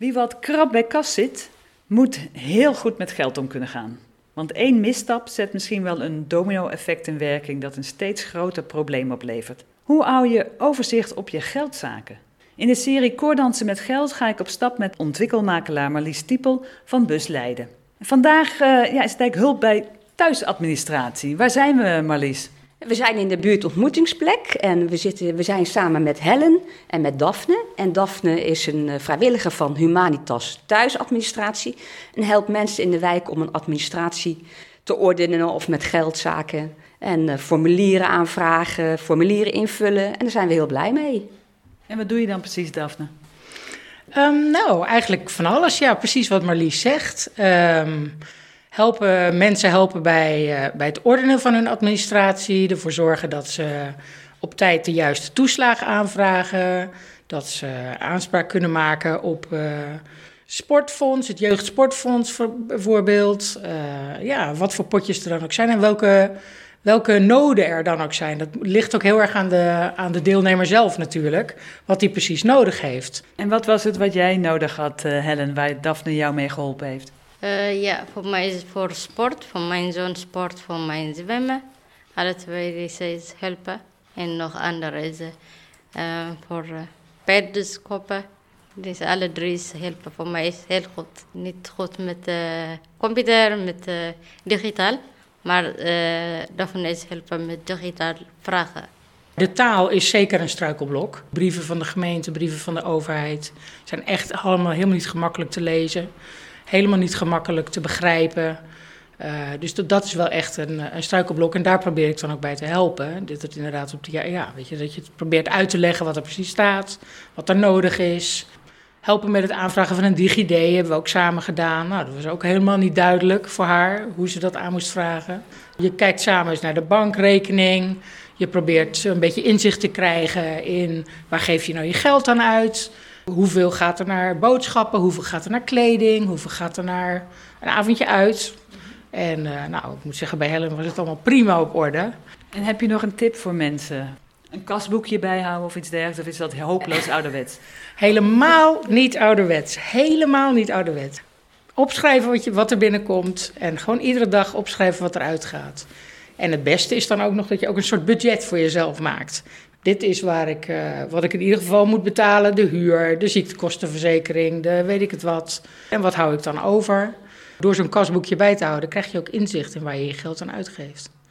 Wie wat krap bij kas zit, moet heel goed met geld om kunnen gaan. Want 1 misstap zet misschien wel een domino-effect in werking dat een steeds groter probleem oplevert. Hoe hou je overzicht op je geldzaken? In de serie Koorddansen met geld ga ik op stap met ontwikkelmakelaar Marlies Tiepel van Bus Leiden. Vandaag is het eigenlijk hulp bij thuisadministratie. Waar zijn we, Marlies? We zijn in de buurt ontmoetingsplek en we zijn samen met Helen en met Daphne. En Daphne is een vrijwilliger van Humanitas thuisadministratie en helpt mensen in de wijk om een administratie te ordenen of met geldzaken. En formulieren aanvragen, formulieren invullen en daar zijn we heel blij mee. En wat doe je dan precies, Daphne? Eigenlijk van alles, ja, precies wat Marlies zegt. Mensen helpen bij het ordenen van hun administratie, ervoor zorgen dat ze op tijd de juiste toeslagen aanvragen, dat ze aanspraak kunnen maken op sportfonds, het jeugdsportfonds bijvoorbeeld. Wat voor potjes er dan ook zijn en welke noden er dan ook zijn. Dat ligt ook heel erg aan de deelnemer zelf natuurlijk, wat hij precies nodig heeft. En wat was het wat jij nodig had, Helen, waar Daphne jou mee geholpen heeft? Voor mij is het voor sport, voor mijn zoon sport, voor mijn zwemmen. Alle twee is helpen. En nog andere is voor paardenskoppen. Dus alle 3 is helpen. Voor mij is het heel goed. Niet goed met computer, met digitaal. Maar Daphne is helpen met digitaal vragen. De taal is zeker een struikelblok. Brieven van de gemeente, brieven van de overheid zijn echt allemaal helemaal niet gemakkelijk te lezen. Helemaal niet gemakkelijk te begrijpen. Dus dat is wel echt een struikelblok. En daar probeer ik dan ook bij te helpen. Dat het inderdaad dat je het probeert uit te leggen wat er precies staat. Wat er nodig is. Helpen met het aanvragen van een DigiD hebben we ook samen gedaan. Nou, dat was ook helemaal niet duidelijk voor haar hoe ze dat aan moest vragen. Je kijkt samen eens naar de bankrekening. Je probeert een beetje inzicht te krijgen in waar geef je nou je geld aan uit. Hoeveel gaat er naar boodschappen, hoeveel gaat er naar kleding, hoeveel gaat er naar een avondje uit. En ik moet zeggen, bij Helen was het allemaal prima op orde. En heb je nog een tip voor mensen? Een kasboekje bijhouden of iets dergelijks, of is dat hopeloos ouderwets? Helemaal niet ouderwets, helemaal niet ouderwets. Opschrijven wat er binnenkomt en gewoon iedere dag opschrijven wat er uitgaat. En het beste is dan ook nog dat je ook een soort budget voor jezelf maakt. Dit is wat ik in ieder geval moet betalen. De huur, de ziektekostenverzekering, de weet ik het wat. En wat hou ik dan over? Door zo'n kasboekje bij te houden krijg je ook inzicht in waar je je geld aan uitgeeft.